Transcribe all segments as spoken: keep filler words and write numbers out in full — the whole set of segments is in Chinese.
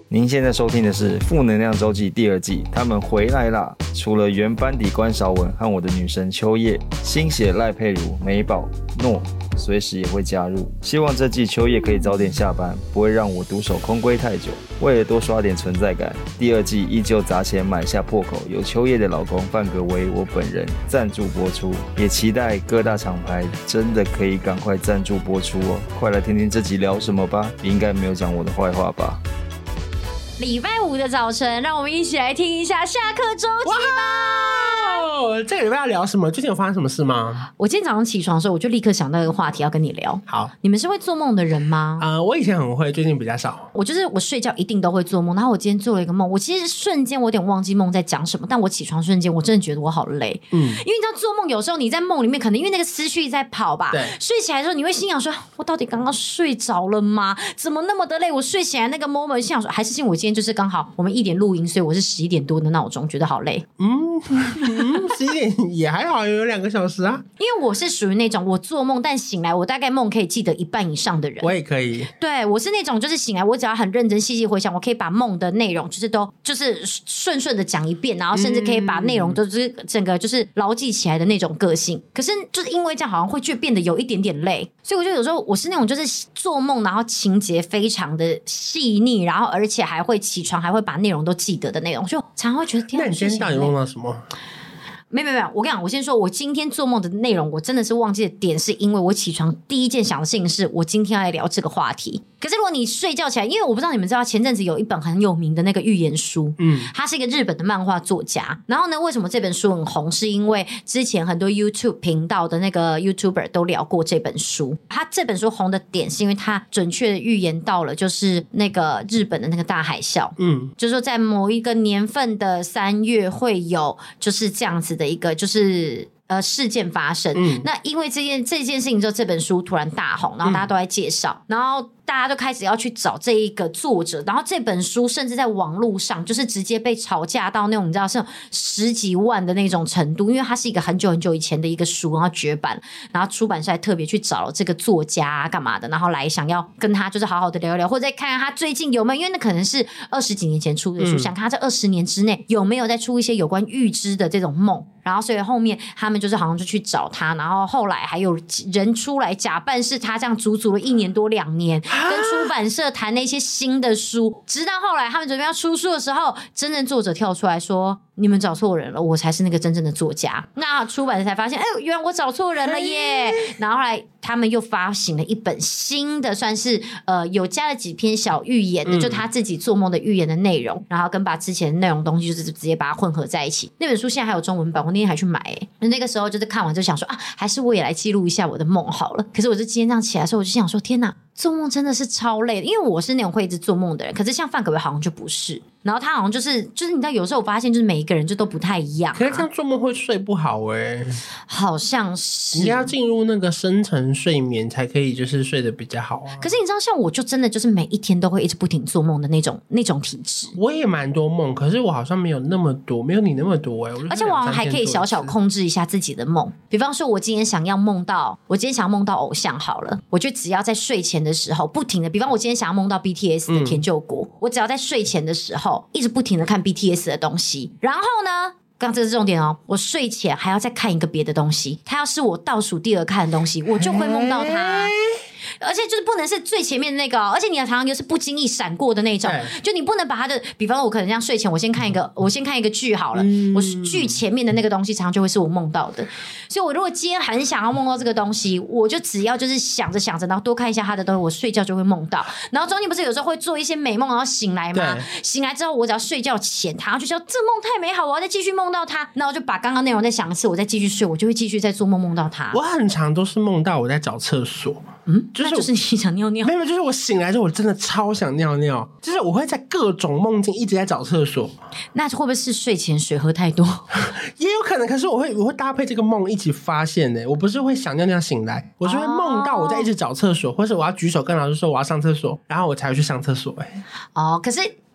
您现在收听的是《负能量周记》第二季，他们回来啦！除了原班底关韶文和我的女神秋叶，新血赖佩如、美宝、诺随时也会加入。希望这季秋叶可以早点下班，不会让我独守空闺太久。为了多刷点存在感，第二季依旧砸钱买下破口，由秋叶的老公范格为我本人赞助播出，也期待各大厂牌真的可以赶快赞助播出哦！快来听听这集聊什么吧，应该没有讲我的坏话吧？ 礼拜五的早晨，让我们一起来听一下下课周记吧。 这个礼拜要聊什么？最近有发生什么事吗？ 我今天早上起床的时候，我就立刻想到一个话题要跟你聊。 好， 你们是会做梦的人吗？ 呃，我以前很会，最近比较少。 我就是我睡觉一定都会做梦，然后我今天做了一个梦，我其实瞬间我有点忘记梦在讲什么，但我起床瞬间我真的觉得我好累。嗯，因为你知道做梦有时候你在梦里面可能因为那个思绪在跑吧， 对， 睡起来的时候你会心想说，我到底刚刚睡着了吗？怎么那么的累？我睡起来那个 moment 心想说，还是因为我今天就是刚好我们一点录音，所以我是十一点多的闹钟，觉得好累。 嗯，十一点也还好，有两个小时啊。 因为我是属于那种我做梦但醒来我大概梦可以记得一半以上的人。 我也可以。 对，我是那种就是醒来我只要很认真细细回想，我可以把梦的内容就是都就是顺顺的讲一遍，然后甚至可以把内容都是整个就是牢记起来的那种个性。可是就是因为这样好像会就变得有一点点累，所以我就有时候我是那种就是做梦然后情节非常的细腻，然后而且还会起床还会把内容都记得的那种，就常常会觉得天哪， 那你今天到底梦到什么？ 没有没有没有，我跟你讲，我先说，我今天做梦的内容，我真的是忘记的点，是因为我起床第一件想的事情是我今天要来聊这个话题。可是如果你睡觉起来，因为我不知道你们知道，前阵子有一本很有名的那个寓言书，嗯，他是一个日本的漫画作家。然后呢，为什么这本书很红？是因为之前很多 YouTube 频道的那个 YouTuber 都聊过这本书。他这本书红的点是因为他准确的预言到了，就是那个日本的那个大海啸，嗯，就是说在某一个年份的三月会有就是这样子的一个就是呃事件发生。嗯，那因为这件这件事情之后，这本书突然大红，然后大家都在介绍，嗯，然后大家都开始要去找这一个作者，然后这本书甚至在网络上就是直接被炒价到那种你知道是十几万的那种程度，因为它是一个很久很久以前的一个书，然后绝版，然后出版社还特别去找了这个作家啊干嘛的，然后来想要跟他就是好好的聊一聊，或者再看看他最近有没有，因为那可能是二十几年前出的书，嗯，想看他这二十年之内有没有再出一些有关预知的这种梦。然后所以后面他们就是好像就去找他，然后后来还有人出来假扮是他，这样足足了一年多两年，跟出版社谈那些新的书，直到后来他们准备要出书的时候，真正作者跳出来说，你们找错人了，我才是那个真正的作家。那出版社才发现，哎，原来我找错人了耶。然后后来他们又发行了一本新的，算是呃有加了几篇小预言的，嗯，就他自己做梦的预言的内容，然后跟把之前的内容东西就是直接把它混合在一起。那本书现在还有中文版，我那天还去买耶。那个时候就是看完就想说啊，还是我也来记录一下我的梦好了。可是我就今天这样起来的时候，我就想说，天哪，做梦真的是超累的，因为我是那种会一直做梦的人，可是像范可维好像就不是。然后他好像就是就是你知道，有时候我发现就是每一个人就都不太一样，啊。 可是这样做梦会睡不好哎，欸， 好像是。 你要进入那个深层睡眠才可以，就是睡得比较好啊。 可是你知道，像我就真的就是每一天都会一直不停做梦的那种那种体质。 我也蛮多梦，可是我好像没有那么多，没有你那么多哎，欸。 而且我好像还可以小小控制一下自己的梦，比方说，我今天想要梦到，我今天想要梦到偶像好了，我就只要在睡前的时候不停的，比方我今天想要梦到 B T S 的田柾国，嗯，我只要在睡前的时候一直不停的看 B T S 的东西，然后呢，刚刚这是重点哦，我睡前还要再看一个别的东西，它要是我倒数第二看的东西，我就会梦到它。而且就是不能是最前面的那个，哦，而且你常常又是不经意闪过的那种，就你不能把它的，比方说我可能像睡前我先看一个，我先看一个剧好了，嗯，我剧前面的那个东西常常就会是我梦到的，所以我如果今天很想要梦到这个东西，我就只要就是想着想着，然后多看一下它的东西，我睡觉就会梦到。然后中间不是有时候会做一些美梦，然后醒来嘛，醒来之后我只要睡觉前，然后就说这梦太美好，我要再继续梦到它，然后我就把刚刚内容再想一次，我再继续睡，我就会继续再做梦梦到它。 我很常都是梦到我在找厕所。 嗯，就是就是你想尿尿， 没有，就是我醒来之后我真的超想尿尿，就是我会在各种梦境一直在找厕所。 那会不会是睡前水喝太多？ 也有可能，可是我会我会搭配这个梦一起发现的，我不是会想尿尿醒来，我是会梦到我在一直找厕所，或是我要举手跟老师说我要上厕所，然后我才会去上厕所。哎， 哦，可是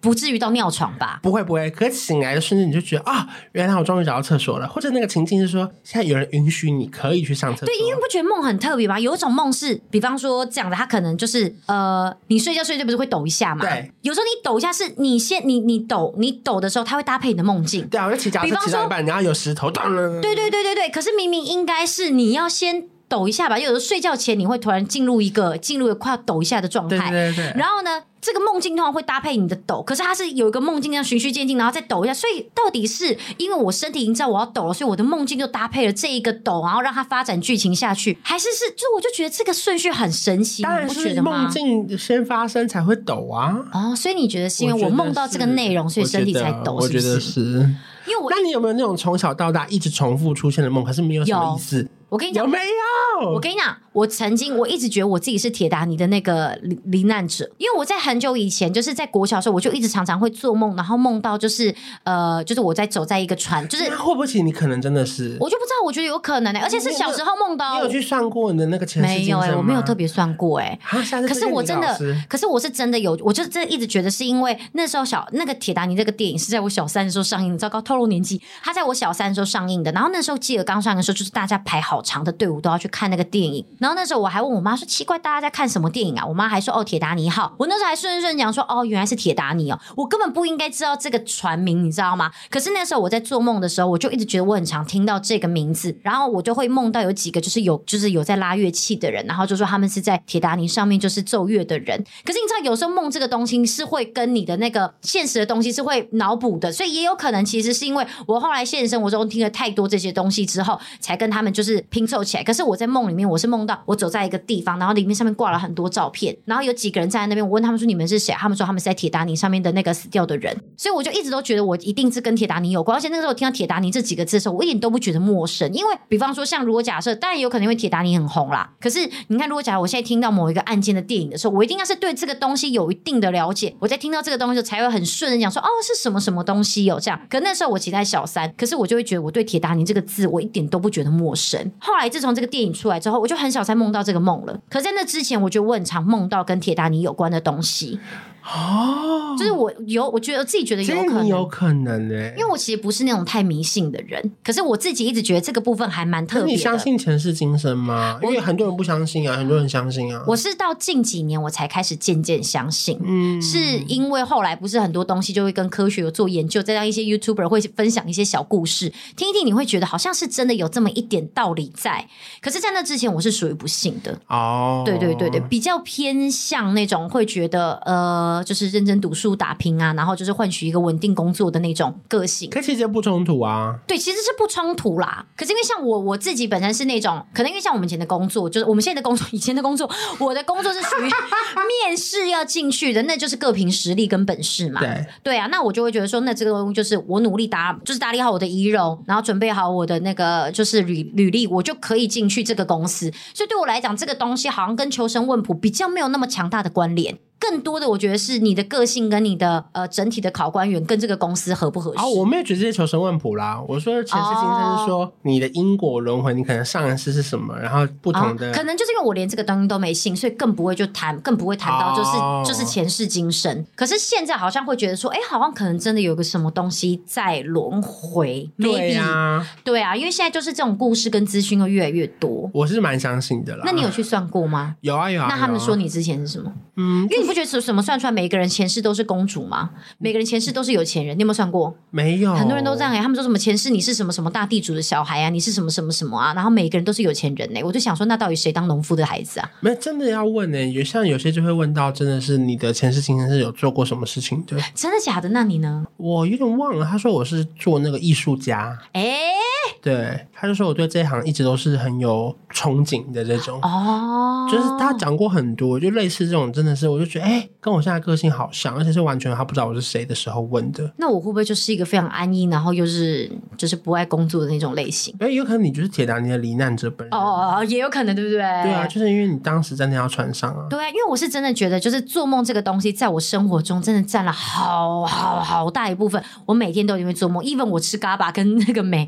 不至于到尿床吧？ 不会不会，可是醒来的瞬间你就觉得啊，原来我终于找到厕所了，或者那个情境是说现在有人允许你可以去上厕所。 对，因为不觉得梦很特别吗？有一种梦是，比方说这样的，它可能就是呃，你睡觉睡觉不是会抖一下嘛？ 对， 有时候你抖一下是你先你你抖你抖的时候，它会搭配你的梦境。 对啊，我就骑脚踏车骑到一半，然后有石头，对对对对对对，可是明明应该是你要先抖一下吧，有时候睡觉前你会突然进入一个进入一个快要抖一下的状态， 对对对， 然后呢，这个梦境通常会搭配你的抖，可是它是有一个梦境这样循序渐进，然后再抖一下，所以到底是因为我身体已经知道我要抖了，所以我的梦境就搭配了这一个抖，然后让它发展剧情下去，还是是就我就觉得这个顺序很神奇， 当然是梦境先发生才会抖啊。 哦，所以你觉得是因为我梦到这个内容，所以身体才抖？ 我觉得是， 因为我那你有没有那种从小到大一直重复出现的梦，可是没有什么意思？ 我跟你讲， 有没有？ 我跟你讲，我曾经我一直觉得我自己是铁达尼的那个罹罹难者，因为我在很久以前，就是在国小的时候，我就一直常常会做梦，然后梦到就是呃，就是我在走在一个船，就是那会不会其实你可能真的是？ 我就不知道，我觉得有可能呢、欸，而且是小时候梦到。 你有去算过你的那个前世今生吗？ 没有哎、欸，我没有特别算过哎、 欸。 可是我真的，可是我是真的有，我就真的一直觉得是因为那时候小那个铁达尼这个电影是在我小三的时候上映的，糟糕，透露年纪，它在我小三的时候上映的。然后那时候记得刚上映的时候，就是大家排好长的队伍都要去看那个电影。然后那时候我还问我妈说，奇怪，大家在看什么电影啊？我妈还说哦，铁达尼号。我那时候还顺顺讲说哦，原来是铁达尼哦，我根本不应该知道这个船名，你知道吗？可是那时候我在做梦的时候，我就一直觉得我很常听到这个名字，然后我就会梦到有几个就是有就是有在拉乐器的人，然后就说他们是在铁达尼上面就是奏乐的人。可是你知道有时候梦这个东西是会跟你的那个现实的东西是会脑补的，所以也有可能其实是因为我后来现实生活中听了太多这些东西之后，才跟他们就是拼凑起来。可是我在梦里面，我是梦到我走在一个地方，然后里面上面挂了很多照片，然后有几个人站在那边，我问他们说你们是谁？他们说他们是在铁达尼上面的那个死掉的人。所以我就一直都觉得我一定是跟铁达尼有关，而且那个时候我听到铁达尼这几个字的时候，我一点都不觉得陌生。因为比方说像如果假设，当然有可能因为铁达尼很红啦，可是你看如果假如我现在听到某一个案件的电影的时候，我一定要是对这个东西有一定的了解，我在听到这个东西才会很顺的讲说哦是什么什么东西哦这样。可那时候我其实在小三，可是我就会觉得我对铁达尼这个字我一点都不觉得陌生。后来自从这个电影出来之后，我就很少再梦到这个梦了。可是在那之前，我觉得我很常梦到跟铁达尼有关的东西。哦，就是我有，我觉得我自己觉得有可能， 有可能哎、欸， 因为我其实不是那种太迷信的人，可是我自己一直觉得这个部分还蛮特别的。 你相信前世今生吗？因为很多人不相信啊，很多人相信啊。 我是到近几年我才开始渐渐相信，嗯，是因为后来不是很多东西就会跟科学有做研究，再让一些 YouTuber 会分享一些小故事，听一听你会觉得好像是真的有这么一点道理在。可是，在那之前我是属于不信的哦，对对对对，比较偏向那种会觉得呃。就是认真读书打拼啊，然后就是换取一个稳定工作的那种个性。 可其实不冲突啊。 对，其实是不冲突啦。可是因为像我我自己本身是那种，可能因为像我们以前的工作，就是我们现在的工作，以前的工作，我的工作是属于面试要进去的，那就是各凭实力跟本事嘛。 对对啊，那我就会觉得说，那这个东西就是我努力打，就是打理好我的仪容，然后准备好我的那个就是履履历，我就可以进去这个公司。所以对我来讲，这个东西好像跟求神问卜比较没有那么强大的关联。更多的我觉得是你的个性跟你的呃整体的考官员跟这个公司合不合适。 哦，我没有觉得这些求神问卜啦，我说前世今生是说你的因果轮回，你可能上一世是什么，然后不同的、 哦、可能就是因为我连这个东西都没信，所以更不会就谈，更不会谈到就是、哦、就是前世今生。可是现在好像会觉得说，哎，好像可能真的有个什么东西在轮回。 对啊， 对啊，因为现在就是这种故事跟资讯又越来越多， 我是蛮相信的啦。 那你有去算过吗？ 有啊有啊。 那他们说你之前是什么？嗯，因为你不觉得什么算出来每个人前世都是公主吗？每个人前世都是有钱人，你有没有算过？ 没有， 很多人都这样哎、欸，他们说什么前世你是什么什么大地主的小孩啊，你是什么什么什么啊，然后每个人都是有钱人哎、欸，我就想说，那到底谁当农夫的孩子啊？ 没真的要问哎、欸，有像有些就会问到，真的是你的前世今生是有做过什么事情的？ 真的假的？那你呢？ 我有点忘了，他说我是做那个艺术家，哎、欸，对，他就说我对这一行一直都是很有憧憬的这种哦，就是他讲过很多，就类似这种，真的是我就觉得哎、欸，跟我现在个性好像，而且是完全他不知道我是谁的时候问的。 那我会不会就是一个非常安逸，然后又是就是不爱工作的那种类型？ 哎，有可能你就是铁达尼的罹难者本人哦哦，也有可能，对不对？ 对啊，就是因为你当时在那条船上啊。 对啊，因为我是真的觉得，就是做梦这个东西，在我生活中真的占了好好好大一部分。我每天都因为做梦 ，even 我吃嘎巴跟那个美，我都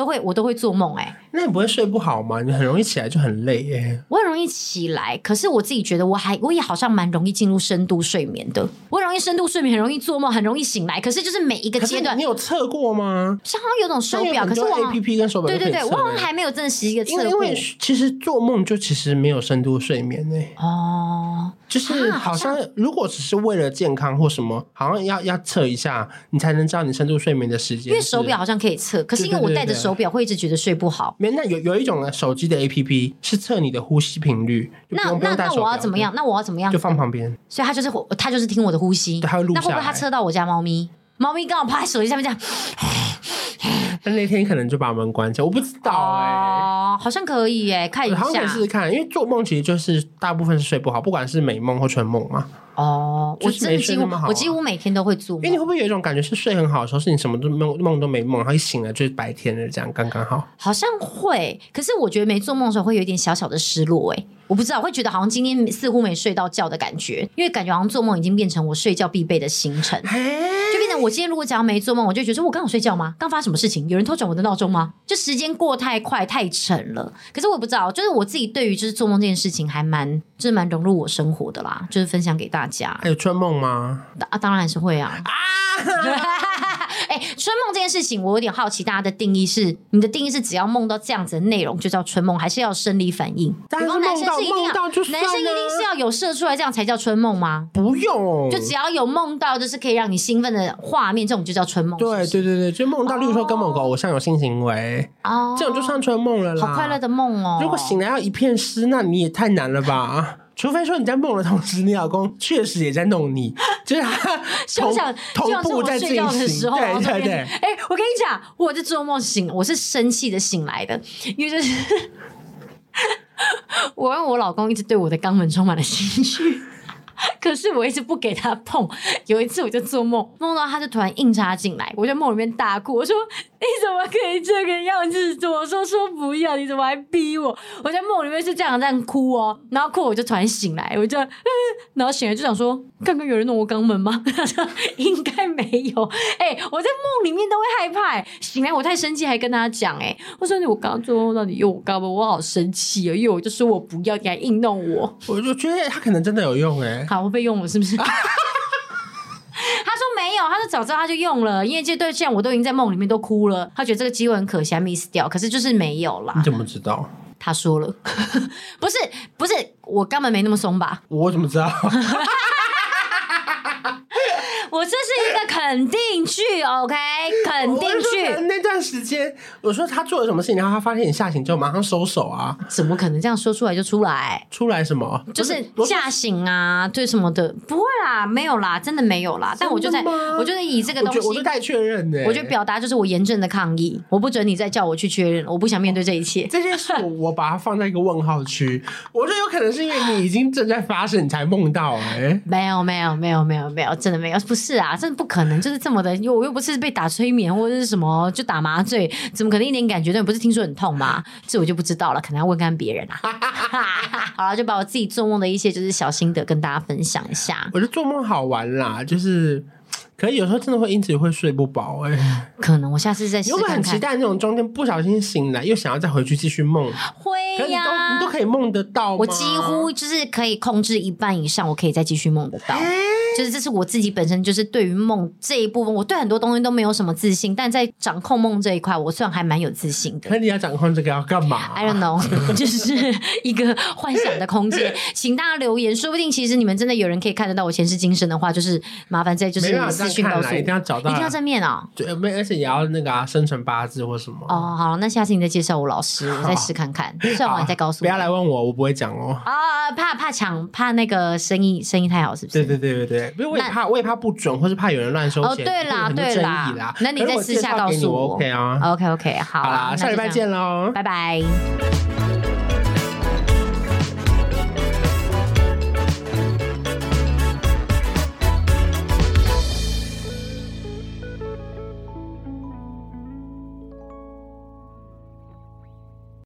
都会我都会做梦哎、欸。 那你不会睡不好吗？你很容易起来就很累耶、欸。 我很容易起来，可是我自己觉得我还我也好像蛮容易进入深度睡眠的。我很容易深度睡眠，很容易做梦，很容易醒来。可是就是每一个阶段， 你有测过吗？ 像好像有种手表，可是我 A P P 跟手表对对对，我好像还没有真的实际的测过。 因为因为其实做梦就其实没有深度睡眠呢、欸。哦，就是好像如果只是为了健康或什么，好像要要测一下，你才能知道你深度睡眠的时间。 因为手表好像可以测，可是因为我戴着手表会一直觉得睡不好。 没，那有有一种手机的 A P P 是测你的呼吸频率。 那那那我要怎么样？那我要怎么样？ 就放旁边。 所以他就是他就是听我的呼吸， 对，他会录下来。 那会不会他测到我家猫咪？猫咪刚好趴在手机上面这样。 但那天可能就把门关起来，我不知道哎、欸哦，好像可以哎、欸，看一下， 好像可以试试看，因为做梦其实就是大部分是睡不好，不管是美梦或春梦嘛。 哦，我真的几乎、啊、我几乎每天都会做梦。 因为你会不会有一种感觉是睡很好的时候，是你什么都梦梦都没梦，然后一醒来就是白天了，这样刚刚好？ 好像会，可是我觉得没做梦的时候会有一点小小的失落哎、欸，我不知道，会觉得好像今天似乎没睡到觉的感觉，因为感觉好像做梦已经变成我睡觉必备的行程，就变成我今天如果只要没做梦，我就觉得说我刚有睡觉吗？刚发生什么事情？有人偷转我的闹钟吗？就时间过太快太沉了。可是我不知道，就是我自己对于就是做梦这件事情还蛮就是蛮融入我生活的啦，就是分享给大家。 还有春梦吗？ 啊，当然还是会啊。啊哎、欸，春梦这件事情，我有点好奇，大家的定义是，你的定义是只要梦到这样子的内容就叫春梦，还是要有生理反应？ 但是男生是一定要， 男生一定是要有射出来，这样才叫春梦吗？ 不用， 就只要有梦到，就是可以让你兴奋的画面，这种就叫春梦。 对对对对，就梦到，例如说跟某个偶像有性行为，哦，这种就算春梦了啦。 好快乐的梦哦！ 如果醒来要一片湿，那你也太难了吧？除非说你在梦的同时，你老公确实也在弄你，就是他同同步在进行的时候， 对对对。 哎、欸，我跟你讲，我在做梦醒，我是生气的醒来的，因为就是我跟我老公一直对我的肛门充满了兴趣。可是我一直不给他碰，有一次我就做梦，梦到他就突然硬插进来，我在梦里面大哭，我说你怎么可以这个样子做？我说说不要，你怎么还逼我？我在梦里面是这样这样哭哦，然后哭我就突然醒来，我就、嗯、然后醒来就想说，刚刚有人弄我肛门吗？他说应该没有。哎、欸，我在梦里面都会害怕、欸，醒来我太生气，还跟他讲，哎，我说你我刚刚做梦到你用我肛门，我好生气哦，因为我就说我不要，你还硬弄我。 我就觉得他可能真的有用哎、欸。 好，我被用了是不是？他说没有，他说早知道他就用了，因为这对象我都已经在梦里面都哭了，他觉得这个机会很可惜，还 miss 掉，可是就是没有啦。 你怎么知道？ 他说了，不是不是，我根本没那么松吧？ 我怎么知道？ 我这是一个肯定句 ，OK， 肯定句。 那段时间，我说他做了什么事情，然后他发现你吓醒之后马上收手啊？ 怎么可能这样说出来就出来？ 出来什么？ 就是吓醒啊，对什么的？不会啦，没有啦，真的没有啦。但我就在，我就是以这个东西， 我就太确认的、欸。 我觉得表达就是我严正的抗议，我不准你再叫我去确认，我不想面对这一切。 这件事我我把它放在一个问号区，我觉得有可能是因为你已经正在发生，你才梦到哎、欸。 没有没有没有没有没有，真的没有，不是。是啊，真的不可能，就是这么的，我又不是被打催眠或者是什么就打麻醉，怎么可能一点感觉都不是？听说很痛吗？这我就不知道了，可能要问看别人啊。好了，就把我自己做梦的一些就是小心得跟大家分享一下。 我觉得做梦好玩啦，就是可是有时候真的会因此会睡不饱哎、欸。 可能我下次再试看看。 有没有很期待那种中间不小心醒来又想要再回去继续梦？ 会呀、 啊，你都你都可以梦得到吗？ 我几乎就是可以控制一半以上，我可以再继续梦得到。就是这是我自己本身就是对于梦这一部分，我对很多东西都没有什么自信，但在掌控梦这一块，我算还蛮有自信的。 可是你要掌控这个要干嘛、啊、 ？I don't know， 就是一个幻想的空间。请大家留言，说不定其实你们真的有人可以看得到我前世今生的话，就是麻烦再就是私讯告诉我， 一定要找到， 一定要正面哦。 对，没而且也要那个啊，生辰八字或什么。 哦，好，那下次你再介绍我老师，我再试看看，算完你再告诉我。 不要来问我，我不会讲哦。 啊、哦，怕怕抢，怕那个生意生意太好，是不是？ 对对对对对，因为我也怕我也怕不准，或是怕有人乱收钱。 哦，对啦对啦， 啦那你再私下告诉我。 OK 啊 ，OK OK， 好， 好啦，下礼拜见喽， 拜拜。